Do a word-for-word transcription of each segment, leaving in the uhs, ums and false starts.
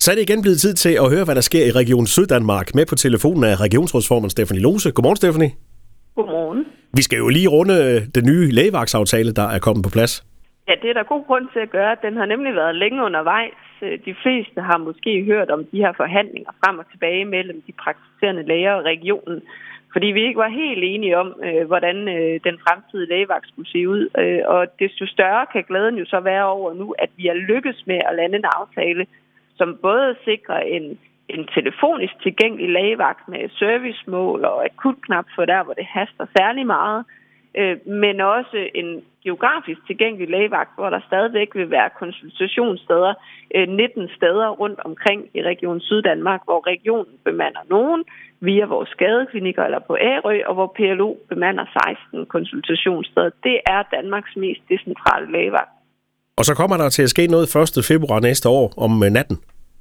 Så er det igen blevet tid til at høre, hvad der sker i Region Syddanmark. Med på telefonen er regionsrådsformand Stephanie Lose. Godmorgen, Stephanie. Godmorgen. Vi skal jo lige runde den nye lægevagtsaftale, der er kommet på plads. Ja, det er der god grund til at gøre. Den har nemlig været længe undervejs. De fleste har måske hørt om de her forhandlinger frem og tilbage mellem de praktiserende læger og regionen. Fordi vi ikke var helt enige om, øh, hvordan øh, den fremtidige lægevagt skulle se ud. Øh, og desto større kan glæden jo så være over nu, at vi er lykkes med at lande en aftale, som både sikrer en, en telefonisk tilgængelig lægevagt med servicemål og akutknap for der, hvor det haster særlig meget, øh, men også en geografisk tilgængelig lægevagt, hvor der stadigvæk vil være konsultationssteder, øh, nitten steder rundt omkring i Region Syddanmark, hvor regionen bemander nogen via vores skadeklinikker eller på Ærø, og hvor P L O bemander seksten konsultationssteder. Det er Danmarks mest decentrale lægevagt. Og så kommer der til at ske noget første februar næste år om natten.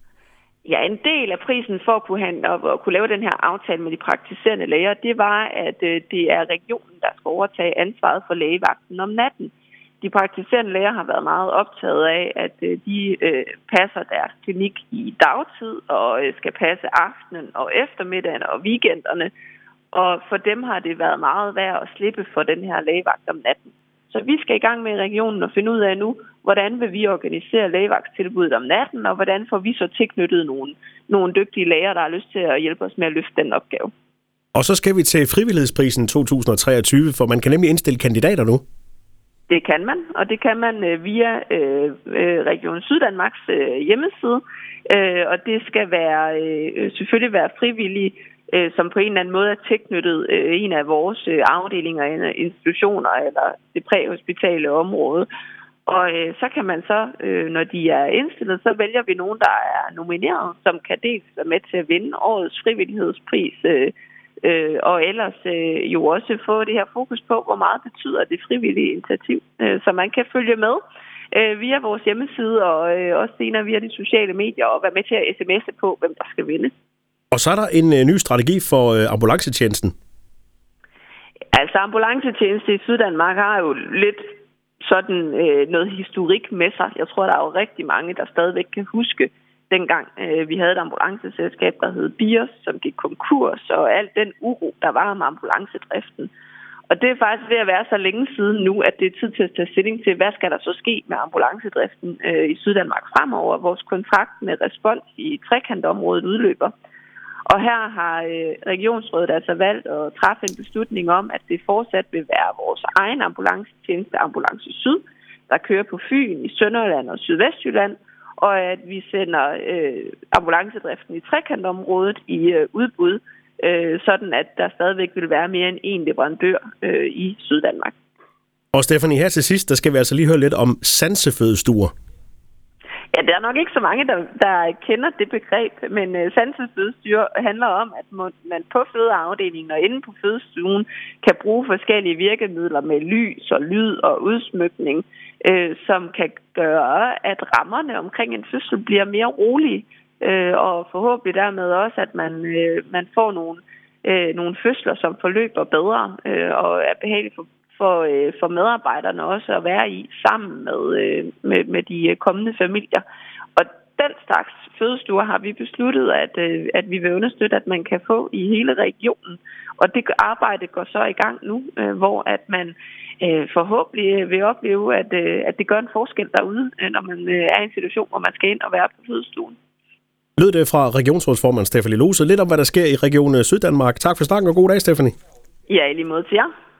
Ja, en del af prisen for at kunne, handle op og kunne lave den her aftale med de praktiserende læger, det var, at øh, det er regionen, der skal overtage ansvaret for lægevagten om natten. De praktiserende læger har været meget optaget af, at øh, de øh, passer deres klinik i dagtid og øh, skal passe aftenen og eftermiddagen og weekenderne. Og for dem har det været meget værd at slippe for den her lægevagt om natten. Så vi skal i gang med regionen og finde ud af nu, hvordan vil vi organisere lægevagtstilbuddet om natten, og hvordan får vi så tilknyttet nogle, nogle dygtige læger, der har lyst til at hjælpe os med at løfte den opgave. Og så skal vi til frivillighedsprisen to tusind og treogtyve, for man kan nemlig indstille kandidater nu. Det kan man, og det kan man via øh, Region Syddanmarks øh, hjemmeside, øh, og det skal være øh, selvfølgelig være frivillige, øh, som på en eller anden måde er tilknyttet øh, en af vores øh, afdelinger, institutioner eller det præhospitale område. Og øh, så kan man så, øh, når de er indstillet, så vælger vi nogen, der er nomineret, som kan dels være med til at vinde årets frivillighedspris, øh, øh, og ellers øh, jo også få det her fokus på, hvor meget betyder det frivillige initiativ, øh, så man kan følge med øh, via vores hjemmeside og øh, også senere via de sociale medier og være med til at sms'e på, hvem der skal vinde. Og så er der en øh, ny strategi for øh, ambulancetjenesten. Altså ambulancetjeneste i Syddanmark har jo lidt sådan øh, noget historik med sig. Jeg tror, der er jo rigtig mange, der stadigvæk kan huske, dengang øh, vi havde et ambulanceselskab, der hed BIOS, som gik konkurs, og al den uro, der var om ambulancedriften. Og det er faktisk ved at være så længe siden nu, at det er tid til at tage stilling til, hvad skal der så ske med ambulancedriften øh, i Syddanmark fremover. Vores kontrakt med Respons i trekantområdet udløber. Og her har øh, regionsrådet altså valgt at træffe en beslutning om, at det fortsat vil være vores egen ambulancetjeneste, Ambulance Syd, der kører på Fyn, i Sønderjylland og Sydvestjylland, og at vi sender øh, ambulancedriften i trekantområdet i øh, udbud, øh, sådan at der stadigvæk vil være mere end én leverandør øh, i Syddanmark. Og Stephanie, her til sidst, der skal vi altså lige høre lidt om sansefødestuer. Ja, der er nok ikke så mange, der, der kender det begreb, men uh, sansefødestuer handler om, at man på fødeafdelingen og inde på fødestuen kan bruge forskellige virkemidler med lys og lyd og udsmykning, øh, som kan gøre, at rammerne omkring en fødsel bliver mere rolige, øh, og forhåbentlig dermed også, at man, øh, man får nogle, øh, nogle fødsler, som forløber bedre øh, og er behagelige for For, øh, for medarbejderne også at være i sammen med, øh, med, med de kommende familier. Og den slags fødestuer har vi besluttet, at, øh, at vi vil understøtte, at man kan få i hele regionen. Og det arbejde går så i gang nu, øh, hvor at man øh, forhåbentlig vil opleve, at, øh, at det gør en forskel derude, øh, når man øh, er i en situation, hvor man skal ind og være på fødestuen. Lød det fra regionsrådsformand Stephanie Lose lidt om, hvad der sker i Region Syddanmark. Tak for snakken og god dag, Stephanie. Ja, i lige måde til jer.